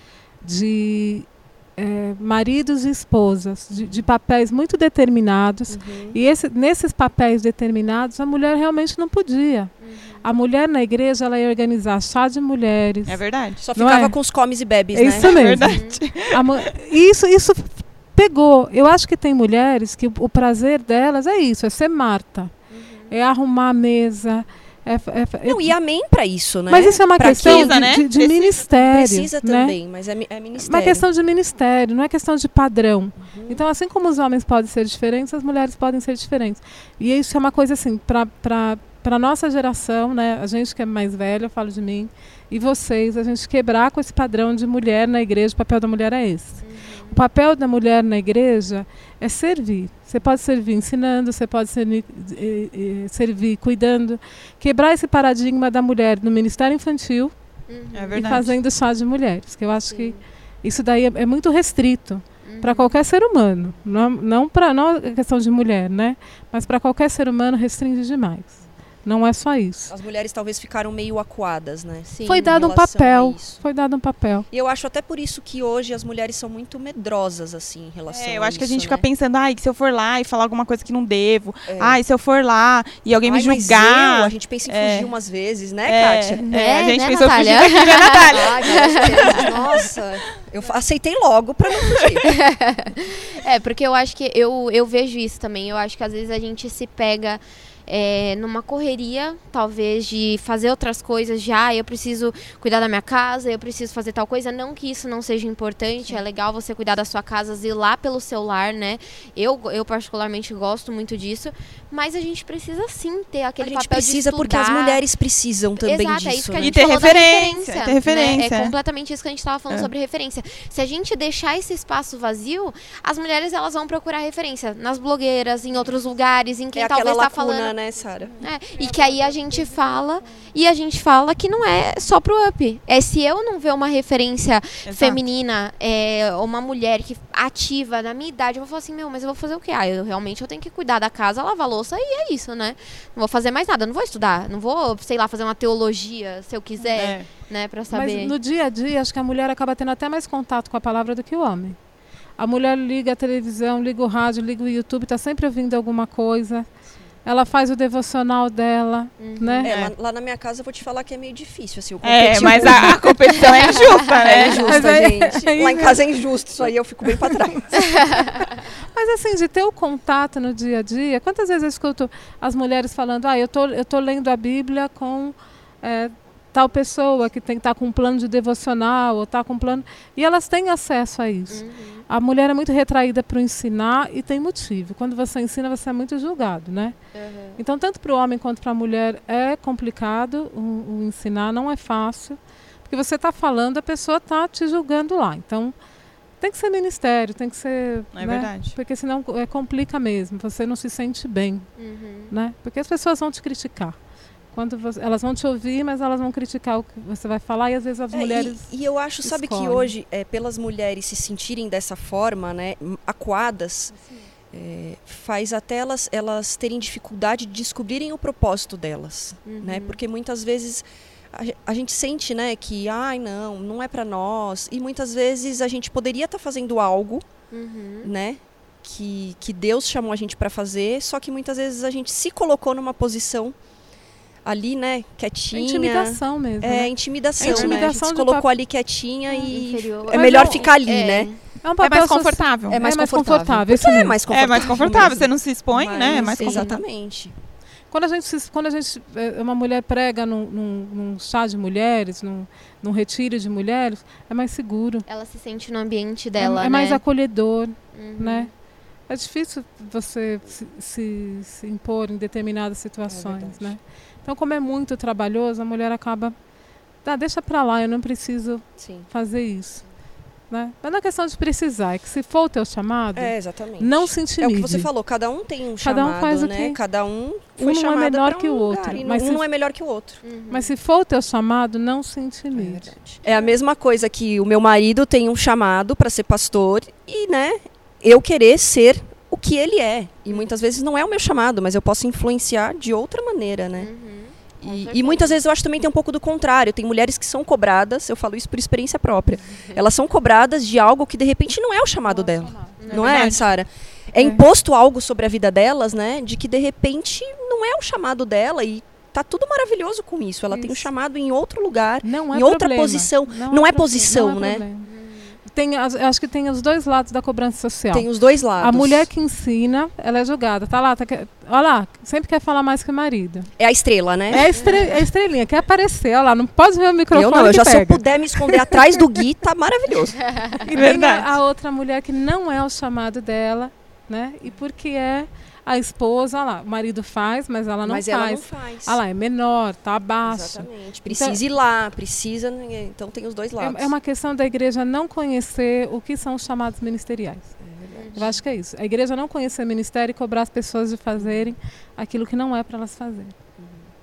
de... É, maridos e esposas, de, de papéis muito determinados. Uhum. E esse, nesses papéis determinados, a mulher realmente não podia. Uhum. A mulher na igreja, ela ia organizar chá de mulheres. É verdade. Só Não ficava é? com os comes e bebes, É né? isso mesmo. É verdade. A mu- isso, isso pegou. Eu acho que tem mulheres que o, o prazer delas é isso, é ser Marta. Uhum. É arrumar a mesa. É, é, Não, e amém pra isso, né? Mas isso é uma Pra questão quem- de, né? de, de Precisa. ministério. Precisa né? também, mas é, mi- é ministério. Uma questão de ministério, não é questão de padrão. Uhum. Então, assim como os homens podem ser diferentes, as mulheres podem ser diferentes. E isso é uma coisa assim, para a nossa geração, né, a gente que é mais velha, eu falo de mim, e vocês, a gente quebrar com esse padrão de mulher na igreja, o papel da mulher é esse. Uhum. O papel da mulher na igreja é servir. Você pode servir ensinando, você pode servir, eh, eh, servir cuidando. Quebrar esse paradigma da mulher no ministério infantil Uhum. É e verdade. fazendo chá de mulheres. Que eu acho Sim. que isso daí é, é muito restrito Uhum. para qualquer ser humano. Não, não para não é questão de mulher, né? Mas para qualquer ser humano restringe demais. Não é só isso. As mulheres talvez ficaram meio acuadas, né? Sim. Foi dado um papel. Foi dado um papel. E eu acho até por isso que hoje as mulheres são muito medrosas, assim, em relação É, eu a acho que a isso, gente né? fica pensando, ai, que se eu for lá e falar alguma coisa que não devo, É. ai, se eu for lá e alguém Ai, me mas julgar. eu, a gente pensa em É. fugir umas vezes, né, É, Kátia? é, É, a gente né, pensou em fugir Natália? daqui, né, Natália? Ai, gente, nossa, eu fa- aceitei logo pra não fugir. É, porque eu acho que eu, eu vejo isso também. Eu acho que às vezes a gente se pega é, numa correria, talvez, de fazer outras coisas. De, ah, eu preciso cuidar da minha casa, eu preciso fazer tal coisa. Não que isso não seja importante. Sim. É legal você cuidar da sua casa, ir lá pelo celular, né? Eu, eu particularmente gosto muito disso. Mas a gente precisa sim ter aquele A gente papel precisa de porque as estudar. mulheres precisam também Exato, disso, é isso que a né? gente E ter falou da referência, referência, ter referência. né? É completamente isso que a gente estava falando É. sobre referência. Se a gente deixar esse espaço vazio, as mulheres elas vão procurar referência nas blogueiras, em outros lugares, em quem É aquela talvez está lacuna, falando. né, Sara? É, e que aí a gente fala, e a gente fala que não é só pro up. É se eu não ver uma referência Exato. feminina, é, uma mulher que ativa na minha idade, eu vou falar assim, meu, mas eu vou fazer o quê? Ah, eu realmente eu tenho que cuidar da casa, lavar a louça e é isso, né? Não vou fazer mais nada, não vou estudar, não vou, sei lá, fazer uma teologia, se eu quiser, É. né, pra saber. Mas no dia a dia, acho que a mulher acaba tendo até mais contato com a palavra do que o homem. A mulher liga a televisão, liga o rádio, liga o YouTube, está sempre ouvindo alguma coisa. Ela faz o devocional dela, Uhum. né? É, É. lá, lá na minha casa eu vou te falar que é meio difícil, assim, o É, competir mas com- a, a competição é injusta, É né? injusta, Mas aí- gente. aí Lá em mesmo. casa é injusto, isso aí eu fico bem pra trás. Mas assim, de ter o contato no dia a dia, quantas vezes eu escuto as mulheres falando, ah, eu tô, eu tô lendo a Bíblia com é, tal pessoa que tem que estar com um plano de devocional, ou tá com um plano. E elas têm acesso a isso. Uhum. A mulher é muito retraída para o ensinar e tem motivo. Quando você ensina, você é muito julgado, né? Uhum. Então, tanto para o homem quanto para a mulher é complicado o, o ensinar, não é fácil. Porque você está falando, a pessoa está te julgando lá. Então, tem que ser ministério, tem que ser... É né? verdade. Porque senão é, complica mesmo, você não se sente bem, Uhum. né? Porque as pessoas vão te criticar. Quando você, elas vão te ouvir, mas elas vão criticar o que você vai falar e às vezes as É, mulheres... e, e eu acho, sabe que escolhem. hoje, é, pelas mulheres se sentirem dessa forma, né, m- acuadas, é, faz até elas, elas terem dificuldade de descobrirem o propósito delas, Uhum. né? Porque muitas vezes a, ge- a gente sente, né, que, ai, não, não é pra nós. E muitas vezes a gente poderia estar fazendo algo, Uhum. né, que, que Deus chamou a gente pra fazer, só que muitas vezes a gente se colocou numa posição ali, né, É quietinha. intimidação mesmo, É, né? intimidação, É né? A gente intimidação se de colocou papo- ali quietinha e Inferior. é Mas melhor eu- ficar ali, é. né? É um É papel mais soci- confortável. É mais É mais confortável. confortável, isso Porque é mesmo. mais É confortável. mais confortável, mesmo. você não se expõe, né? É mais Mas- confortável. Exatamente. Quando a gente, se- quando a gente, eh, uma mulher prega num, num, num chá de mulheres, num, num retiro de mulheres, é mais seguro. Ela se sente no ambiente É- dela, é, né? mais acolhedor, Uhum. né? É difícil você se, se, se impor em determinadas situações, verdade. né? Então, como é muito trabalhoso, a mulher acaba, tá, deixa pra lá, eu não preciso Sim. fazer isso, né? Mas não é questão de precisar, é que se for o teu chamado, É, exatamente. não se É intimide. o que você falou, cada um tem um Cada um chamado, faz o né? que- Cada um foi Um não é chamado menor pra que um o lugar, outro, e mas um se- não é melhor que o outro. Uhum. Mas se for o teu chamado, não se intimide. É a mesma coisa que o meu marido tem um chamado para ser pastor e, né, eu querer ser o que ele é. E muitas vezes não é o meu chamado, mas eu posso influenciar de outra maneira, né? Uhum. Com E, certeza. e muitas vezes eu acho que também tem um pouco do contrário. Tem mulheres que são cobradas, eu falo isso por experiência própria. Elas são cobradas de algo que de repente não é o chamado dela. Não é, verdade. Sara? É, É. imposto algo sobre a vida delas, né? De que de repente não é o chamado dela e tá tudo maravilhoso com isso. Ela tem um Isso. chamado em outro lugar. Não é Em outra problema. posição. Não é proble- posição, não é né? problema. Tem, as- eu acho que tem os dois lados da cobrança social. Tem os dois lados. A mulher que ensina, ela é julgada. Tá lá, tá, que- olha lá, sempre quer falar mais que o marido. É a estrela, né? É a, estre, é a estrelinha, quer aparecer. Olha lá, não pode ver o microfone eu não, eu que já se eu pega. puder me esconder atrás do Gui, tá maravilhoso. E tem Verdade. a, a outra mulher que não é o chamado dela, né? E porque é a esposa, olha lá, o marido faz, mas ela não Mas faz. ela não faz. Olha lá, é menor, tá abaixo. Exatamente. Precisa ir lá, precisa. Então tem os dois lados. É, é uma questão da igreja não conhecer o que são os chamados ministeriais. É verdade. Eu acho que é isso. A igreja não conhecer o ministério e cobrar as pessoas de fazerem aquilo que não é para elas fazerem.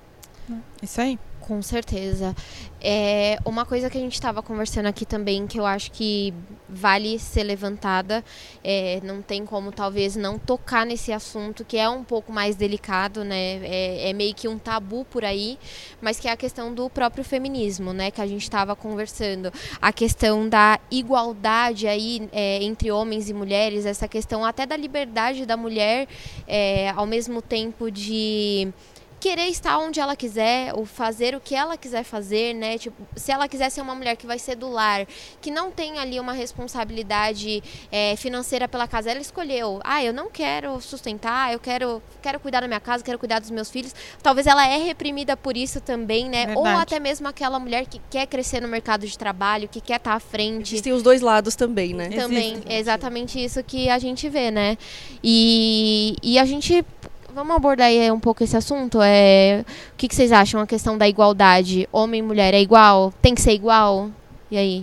Né? Isso aí. Com certeza. É, uma coisa que a gente estava conversando aqui também, que eu acho que vale ser levantada, é, não tem como talvez não tocar nesse assunto, que é um pouco mais delicado, né? É, é meio que um tabu por aí, mas que é a questão do próprio feminismo, né? Que a gente estava conversando. A questão da igualdade aí é, entre homens e mulheres, essa questão até da liberdade da mulher, é, ao mesmo tempo de querer estar onde ela quiser, ou fazer o que ela quiser fazer, né? Tipo, se ela quiser ser uma mulher que vai ser do lar, que não tem ali uma responsabilidade é, financeira pela casa, ela escolheu, ah, eu não quero sustentar, eu quero, quero cuidar da minha casa, quero cuidar dos meus filhos. Talvez ela é reprimida por isso também, né? Verdade. Ou até mesmo aquela mulher que quer crescer no mercado de trabalho, que quer estar à frente. Existem os dois lados também, né? Também, Existe. é exatamente isso que a gente vê, né? E, e a gente... Vamos abordar aí um pouco esse assunto? É, o que, que vocês acham? A questão da igualdade. Homem e mulher é igual? Tem que ser igual? E aí?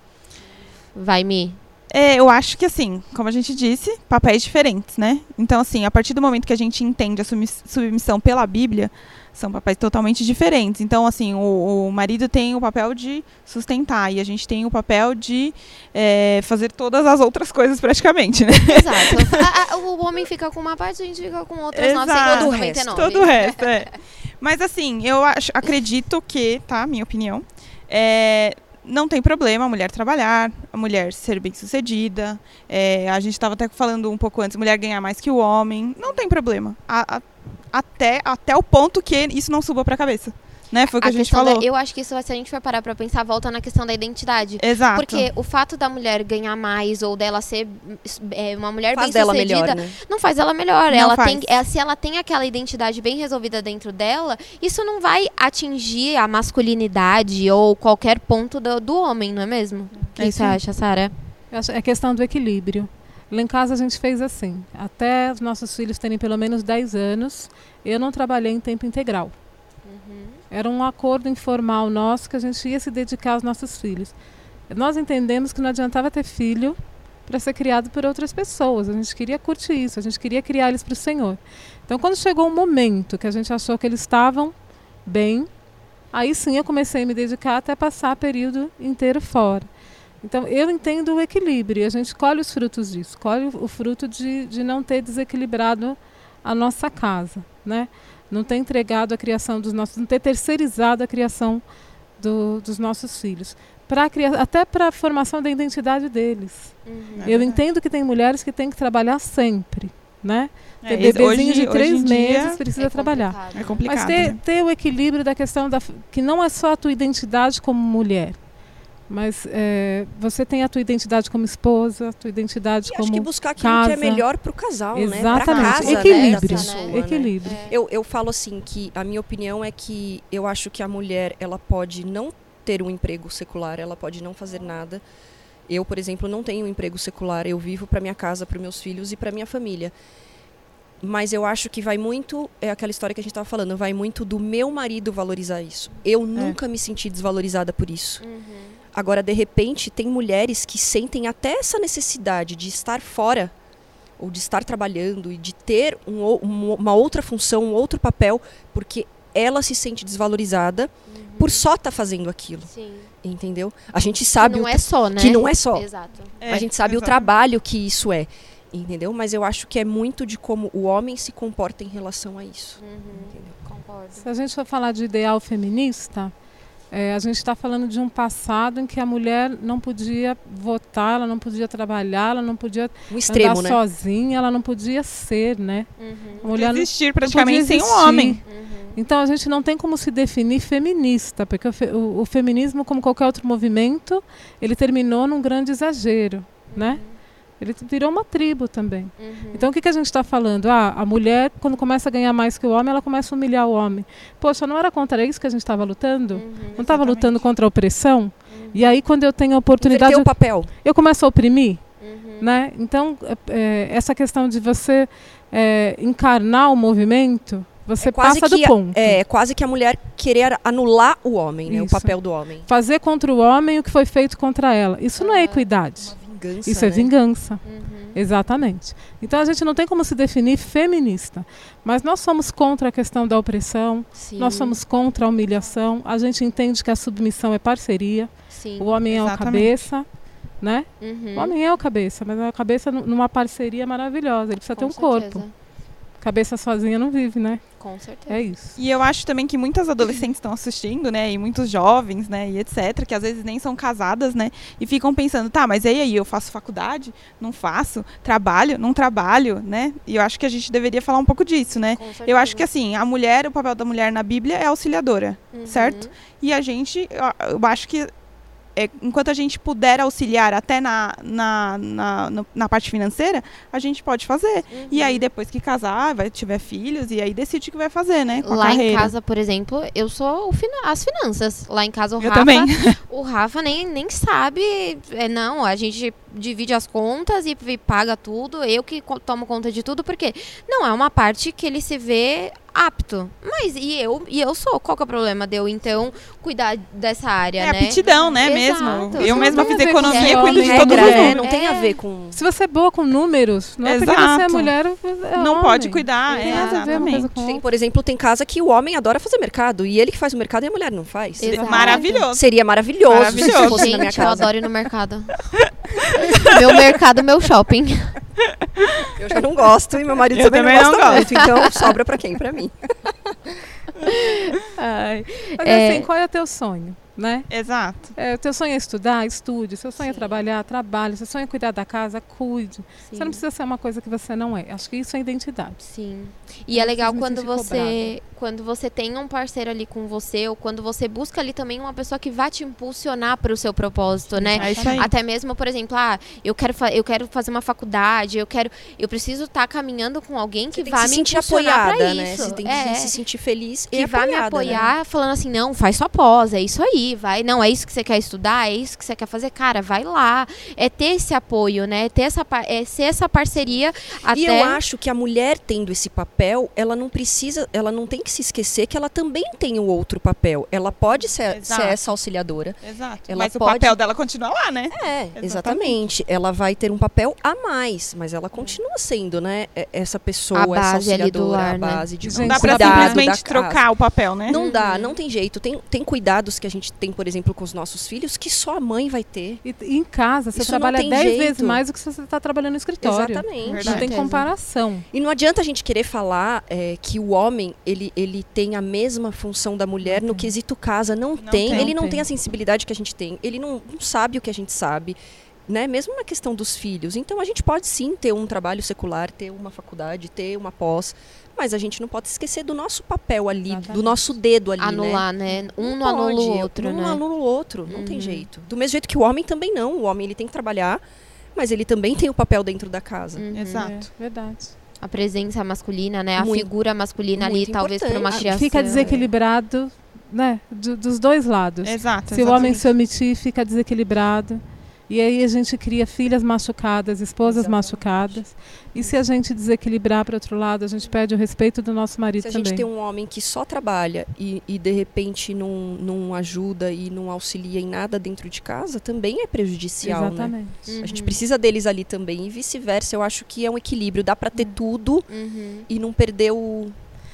Vai, Mi. É, eu acho que, assim, como a gente disse, papéis diferentes, né? Então, assim, a partir do momento que a gente entende a submissão pela Bíblia, são papéis totalmente diferentes. Então, assim, o, o marido tem o papel de sustentar e a gente tem o papel de é, fazer todas as outras coisas praticamente, né? Exato. A, a, o homem fica com uma parte, a gente fica com outras Exato. novecentos e noventa e nove. Todo o resto, é. Mas, assim, eu acho, acredito que, tá, minha opinião, é... não tem problema a mulher trabalhar, a mulher ser bem-sucedida. É, a gente estava até falando um pouco antes, mulher ganhar mais que o homem. Não tem problema. A, a, até, até o ponto que isso não suba para a cabeça. Né? Foi o que a, a gente falou. Da, eu acho que isso, se a gente for parar para pensar, volta na questão da identidade. Exato. Porque o fato da mulher ganhar mais ou dela ser é, uma mulher faz dela bem-sucedida, melhor, né? não faz ela melhor. Não ela faz. tem, é, se ela tem aquela identidade bem resolvida dentro dela, isso não vai atingir a masculinidade ou qualquer ponto do, do homem, não é mesmo? O que É você acha, Sara? É questão do equilíbrio. Lá em casa a gente fez assim, até os nossos filhos terem pelo menos dez anos, eu não trabalhei em tempo integral. Uhum. Era um acordo informal nosso que a gente ia se dedicar aos nossos filhos. Nós entendemos que não adiantava ter filho para ser criado por outras pessoas. A gente queria curtir isso, a gente queria criar eles para o Senhor. Então, quando chegou um momento que a gente achou que eles estavam bem, aí sim eu comecei a me dedicar até passar o período inteiro fora. Então, eu entendo o equilíbrio e a gente colhe os frutos disso. Colhe o fruto de, de não ter desequilibrado a nossa casa, né? Não ter entregado a criação dos nossos, não ter terceirizado a criação do, dos nossos filhos. Pra criar, até para a formação da identidade deles. Uhum. Eu entendo que tem mulheres que têm que trabalhar sempre, né? É, ter bebezinho hoje, de três hoje em dia meses precisa é trabalhar. complicado. É complicado. Mas ter, né? ter o equilíbrio da questão da, que não é só a tua identidade como mulher, mas é, você tem a tua identidade como esposa, a tua identidade E como acho que buscar aquilo casa. que é melhor pro casal, né? Pra Exatamente. casa, Equilíbrio. né, da pessoa, né? Equilíbrio. É. Eu, eu falo assim que a minha opinião é que eu acho que a mulher ela pode não ter um emprego secular, ela pode não fazer nada. Eu, por exemplo, não tenho um emprego secular, eu vivo para minha casa, para meus filhos e para minha família. Mas eu acho que vai muito, é aquela história que a gente estava falando, vai muito do meu marido valorizar isso. Eu nunca me senti desvalorizada por isso. Uhum. Agora, de repente, tem mulheres que sentem até essa necessidade de estar fora ou de estar trabalhando e de ter um, uma outra função, um outro papel, porque ela se sente desvalorizada uhum. por só estar tá fazendo aquilo. Sim. Entendeu? A gente sabe... Que não o é só, né? Que não é só. Exato. É, a gente sabe exato. o trabalho que isso é. Entendeu? Mas eu acho que é muito de como o homem se comporta em relação a isso. Uhum. Entendeu? Concordo. Se a gente for falar de ideal feminista, é, a gente está falando de um passado em que a mulher não podia votar, ela não podia trabalhar, ela não podia Um extremo, andar né? sozinha, ela não podia ser, né? Uhum. A mulher não, existir não praticamente podia sem um existir. homem. Uhum. Então a gente não tem como se definir feminista, porque o, fe, o, o feminismo, como qualquer outro movimento, ele terminou num grande exagero, uhum. né? Ele virou uma tribo também. Uhum. Então o que, que a gente está falando? Ah, a mulher, quando começa a ganhar mais que o homem, ela começa a humilhar o homem. Poxa, não era contra isso que a gente estava lutando? Uhum. Não estava lutando contra a opressão? Uhum. E aí, quando eu tenho a oportunidade, Inverter eu, o papel. eu começo a oprimir? Uhum. Né? Então, é, essa questão de você é, encarnar o movimento, você é quase passa que do ponto. A, é, é quase que a mulher querer anular o homem, né? O Isso. papel do homem. Fazer contra o homem o que foi feito contra ela. Isso não é equidade. Uma vingança, Isso é né? vingança. Uhum. Exatamente. Então a gente não tem como se definir feminista, mas nós somos contra a questão da opressão, Sim. nós somos contra a humilhação, a gente entende que a submissão é parceria, Sim. o homem é o Exatamente. cabeça, né? Uhum. O homem é o cabeça, mas a cabeça n- numa parceria maravilhosa, ele precisa ter Com um corpo. certeza. Cabeça sozinha não vive, né? Com certeza. É isso. E eu acho também que muitas adolescentes estão assistindo, né? E muitos jovens, né? E etcétera. Que às vezes nem são casadas, né? E ficam pensando, tá, mas e aí? Eu faço faculdade? Não faço? Trabalho? Não trabalho, né? E eu acho que a gente deveria falar um pouco disso, né? Com certeza. Eu acho que assim, a mulher, o papel da mulher na Bíblia é auxiliadora, Uhum. certo? E a gente, eu- eu acho que é, enquanto a gente puder auxiliar até na, na, na, no- na parte financeira, a gente pode fazer. Uhum. E aí, depois que casar, vai, tiver filhos, e aí decide o que vai fazer, né? Com a Lá carreira. em casa, por exemplo, eu sou o fina- as finanças. Lá em casa o Eu Rafa, também. o Rafa nem, nem sabe, é, não, a gente divide as contas e, e paga tudo, eu que co- tomo conta de tudo, porque não é uma parte que ele se vê apto. Mas e eu, e eu sou, qual que é o problema de eu, então, cuidar dessa área, É né? aptidão, né, Exato. mesmo. Isso Eu não mesma tem a fiz ver com economia, ser cuido homem, de todos Regra, os né? números. Não tem a É. ver com... Se você é boa com números, não é porque você é Exato. mulher, é Não homem. pode cuidar, Não é, tem nada a ver uma coisa exatamente. com Tem, por exemplo, tem casa que o homem adora fazer mercado. E ele que faz o mercado e a mulher não faz. Exato. Maravilhoso. Seria maravilhoso, Maravilhoso. se fosse na minha Gente, eu casa. adoro ir no mercado. meu mercado, meu shopping. Eu já não gosto e meu marido Eu também, também não não gosta muito. Então, sobra pra quem? Pra mim. Ai. Mas É. assim, qual é o teu sonho, né? Exato. É, o teu sonho é estudar? Estude. Seu sonho é Sim. trabalhar? Trabalhe. Seu sonho é cuidar da casa? Cuide. Sim. Você não precisa ser uma coisa que você não é. Acho que isso é identidade. Sim. E Eu é não legal preciso me quando sentir você, quando você tem um parceiro ali com você, ou quando você busca ali também uma pessoa que vai te impulsionar para o seu propósito, né? É isso aí. Até mesmo, por exemplo, ah, eu quero, fa- eu quero fazer uma faculdade, eu quero, eu preciso estar caminhando com alguém que Você tem vai que se me sentir impulsionar apoiada, pra né? isso. Você tem que é, se sentir feliz e que vai me apoiada, apoiar né? falando assim, não, faz sua pós, é isso aí, vai, não, é isso que você quer estudar, é isso que você quer fazer, cara, vai lá. É ter esse apoio, né? Ter essa, par- é ser essa parceria até... E eu acho que a mulher tendo esse papel, ela não precisa, ela não tem que se esquecer que ela também tem o outro papel. Ela pode ser, Exato. ser essa auxiliadora. Exato. Ela Mas pode- o papel dela continua lá, né? É, Exatamente. exatamente. Ela vai ter um papel a mais, mas ela continua sendo, né, é- essa pessoa, A essa base ali do auxiliadora, lar, a né? base de Gente, Não dá pra cuidado simplesmente da casa. trocar o papel, né? Não dá, Uhum. não tem jeito. Tem, tem cuidados que a gente tem, por exemplo, com os nossos filhos, que só a mãe vai ter. E, e em casa, você Isso não trabalha tem dez jeito. vezes mais do que se você está trabalhando no escritório. Exatamente. Não Verdade. tem certeza. comparação. E não adianta a gente querer falar é, que o homem ele, ele tem a mesma função da mulher Não no tem. quesito casa. Não, Não tem. tem. Ele não Não tem. tem. a sensibilidade que a gente tem. Ele não, não sabe o que a gente sabe. Né? Mesmo na questão dos filhos. Então a gente pode sim ter um trabalho secular, ter uma faculdade, ter uma pós. Mas a gente não pode esquecer do nosso papel ali, Exatamente. do nosso dedo ali, né? anular, né? Um não Não anula pode, o outro, um né? não anula o outro, não tem Uhum. jeito. Do mesmo jeito que o homem também não. O homem ele tem que trabalhar, mas ele também tem o papel dentro da casa. Uhum. Exato. É verdade. A presença masculina, né? A Muito- figura masculina ali, muito talvez por uma importante. criação. Fica desequilibrado, né? do- dos dois lados. Exato. Se o homem exatamente. se omitir, fica desequilibrado. E aí a gente cria filhas machucadas, esposas Exatamente. machucadas. E se a gente desequilibrar para outro lado, a gente perde o respeito do nosso marido Se a também. gente tem um homem que só trabalha e, e de repente não, não ajuda e não auxilia em nada dentro de casa, também é prejudicial, né? Exatamente. Uhum. A gente precisa deles ali também e vice-versa. Eu acho que é um equilíbrio. Dá pra ter tudo Uhum. e não perder o...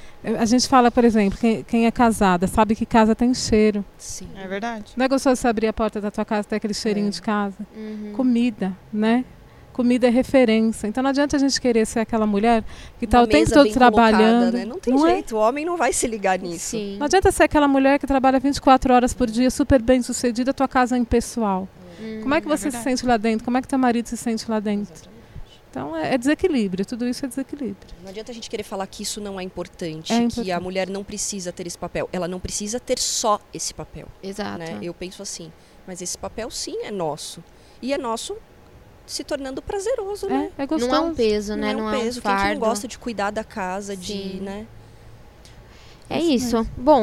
A gente fala, por exemplo, quem, quem é casada sabe que casa tem cheiro. Sim. É verdade. Não é gostoso você abrir a porta da tua casa e ter aquele cheirinho É. de casa? Uhum. Comida, né? Comida é referência. Então não adianta a gente querer ser aquela mulher que está Uma o tempo mesa todo bem colocada, trabalhando. né? Não tem Não é? jeito. O homem não vai se ligar nisso. Sim. Não adianta ser aquela mulher que trabalha vinte e quatro horas por dia, super bem sucedida, tua casa é impessoal. Uhum. Como é que é você se verdade. sente lá dentro? Como é que teu marido se sente lá dentro? Então é, é desequilíbrio, tudo isso é desequilíbrio. Não adianta a gente querer falar que isso não é importante, É que importante. a mulher não precisa ter esse papel. Ela não precisa ter só esse papel, Exato. né? Eu penso assim, mas esse papel sim é nosso. E é nosso se tornando prazeroso, né? É, é gostoso. Não é um peso, Não né? é um peso. fardo. Quem que não gosta de cuidar da casa, de, Sim. né? É Isso isso. Bom,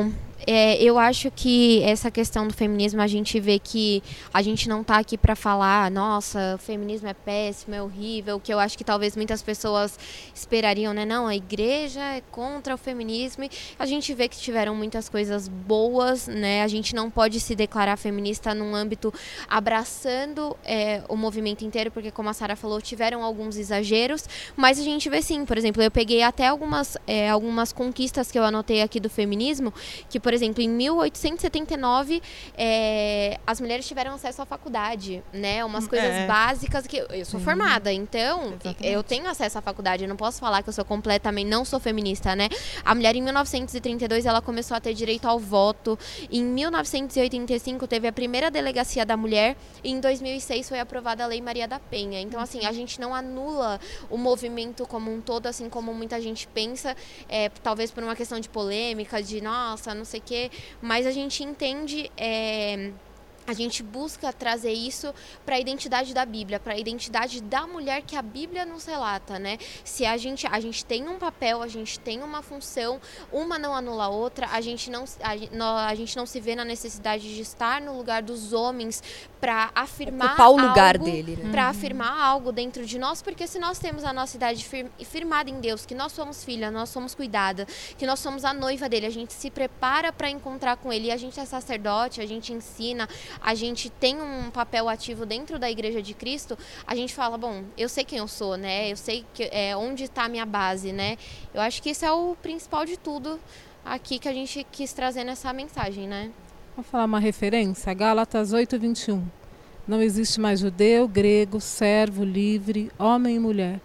é, eu acho que essa questão do feminismo, a gente vê que a gente não tá aqui para falar, nossa, o feminismo é péssimo, é horrível, que eu acho que talvez muitas pessoas esperariam, né? Não, a igreja é contra o feminismo. E a gente vê que tiveram muitas coisas boas, né? A gente não pode se declarar feminista num âmbito abraçando é, o movimento inteiro, porque, como a Sara falou, tiveram alguns exageros, mas a gente vê sim, por exemplo, eu peguei até algumas, é, algumas conquistas que eu anotei aqui do feminismo, que, por exemplo, em mil oitocentos e setenta e nove, é, as mulheres tiveram acesso à faculdade, né? Umas coisas É. básicas que... Eu sou Sim. formada, então Exatamente. eu tenho acesso à faculdade, eu não posso falar que eu sou completamente... Não sou feminista, né? A mulher, em mil novecentos e trinta e dois, ela começou a ter direito ao voto. Em mil novecentos e oitenta e cinco, teve a primeira delegacia da mulher. E em dois mil e seis, foi aprovada a Lei Maria da Penha. Então, assim, a gente não anula o movimento como um todo, assim como muita gente pensa, é, talvez por uma questão de polêmica, de nossa, não sei o quê, mas a gente entende, é, a gente busca trazer isso para a identidade da Bíblia, para a identidade da mulher que a Bíblia nos relata, né? Se a gente, a gente tem um papel, a gente tem uma função, uma não anula a outra, a gente não, a, a gente não se vê na necessidade de estar no lugar dos homens para afirmar Ocupar o lugar algo, dele, né? para afirmar algo dentro de nós, porque se nós temos a nossa idade fir, firmada em Deus, que nós somos filha, nós somos cuidada, que nós somos a noiva dele, a gente se prepara para encontrar com ele, e a gente é sacerdote, a gente ensina, a gente tem um papel ativo dentro da Igreja de Cristo, a gente fala, bom, eu sei quem eu sou, né? Eu sei que, é, onde está a minha base, né? Eu acho que isso é o principal de tudo aqui que a gente quis trazer nessa mensagem, né? Vou falar uma referência, Gálatas oito, vinte e um. Não existe mais judeu, grego, servo, livre, homem e mulher.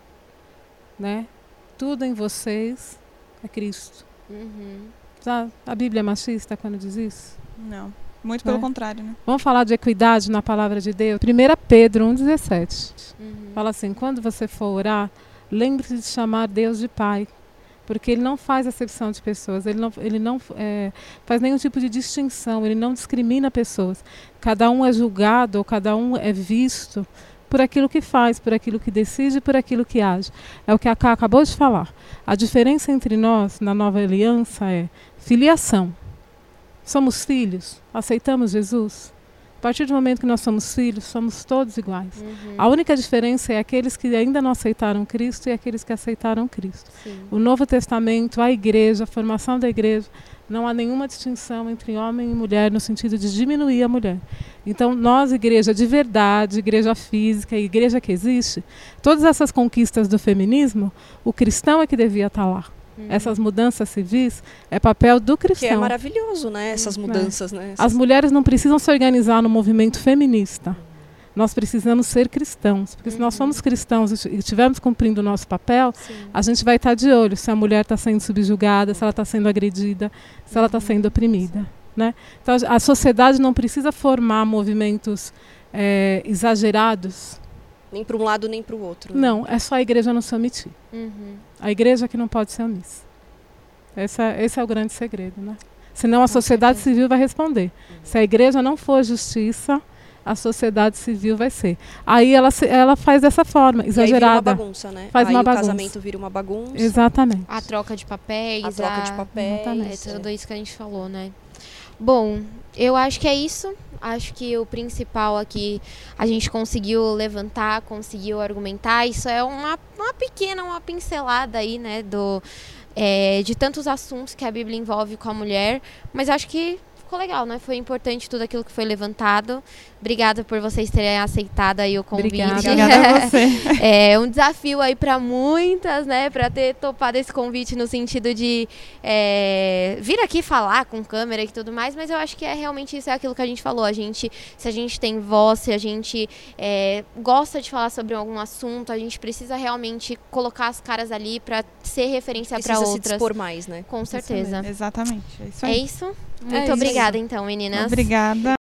Né? Tudo em vocês é Cristo. Uhum. Já a Bíblia é machista quando diz isso? Não. Muito pelo É. contrário, né? Vamos falar de equidade na palavra de Deus? primeira Pedro um, dezessete. Uhum. Fala assim, quando você for orar, lembre-se de chamar Deus de Pai. Porque Ele não faz acepção de pessoas, Ele não, ele não é, faz nenhum tipo de distinção, Ele não discrimina pessoas. Cada um é julgado, ou cada um é visto por aquilo que faz, por aquilo que decide, por aquilo que age. É o que a Ká acabou de falar. A diferença entre nós, na nova aliança, é filiação. Somos filhos, aceitamos Jesus. A partir do momento que nós somos filhos, somos todos iguais. Uhum. A única diferença é aqueles que ainda não aceitaram Cristo e aqueles que aceitaram Cristo. Sim. O Novo Testamento, a igreja, a formação da igreja, não há nenhuma distinção entre homem e mulher no sentido de diminuir a mulher. Então, nós, igreja de verdade, igreja física, igreja que existe, todas essas conquistas do feminismo, o cristão é que devia estar lá. Uhum. Essas mudanças civis é papel do Que é cristão. maravilhoso, né? Essas mudanças, né? Essas... As mulheres não precisam se organizar no movimento feminista. Nós precisamos ser cristãos. Porque se nós somos cristãos e estivermos cumprindo o nosso papel, Sim. a gente vai estar de olho se a mulher está sendo subjugada, se ela está sendo agredida, se ela está sendo oprimida. Né? Então, a sociedade não precisa formar movimentos é, exagerados. Nem para um lado, nem para o outro. Né? Não, é só a igreja não se omitir. Uhum. A igreja que não pode ser omissa. Essa, esse é o grande segredo. Né? Senão a sociedade civil vai responder. Se a igreja não for justiça, a sociedade civil vai ser. Aí ela, se, ela faz dessa forma, exagerada. E aí vira uma bagunça, né? Faz aí uma o bagunça. casamento vira uma bagunça. Exatamente. A troca de papéis. A troca de papéis. É tudo isso que a gente falou, né? Bom, eu acho que é isso. Acho que o principal aqui a gente conseguiu levantar, conseguiu argumentar. Isso é uma, uma pequena, uma pincelada aí, né, do, é, de tantos assuntos que a Bíblia envolve com a mulher. Mas acho que ficou legal, né? Foi importante tudo aquilo que foi levantado. Obrigada por vocês terem aceitado aí o convite. Obrigada. Obrigada a você. É um desafio aí para muitas, né? Para ter topado esse convite no sentido de é, vir aqui falar com câmera e tudo mais, mas eu acho que é realmente isso, é aquilo que a gente falou. A gente, se a gente tem voz, se a gente é, gosta de falar sobre algum assunto, a gente precisa realmente colocar as caras ali para ser referência para Precisa se outras. dispor mais, né? Com certeza. Exatamente. É isso É aí. isso? É Muito isso. obrigada, então, meninas. Obrigada.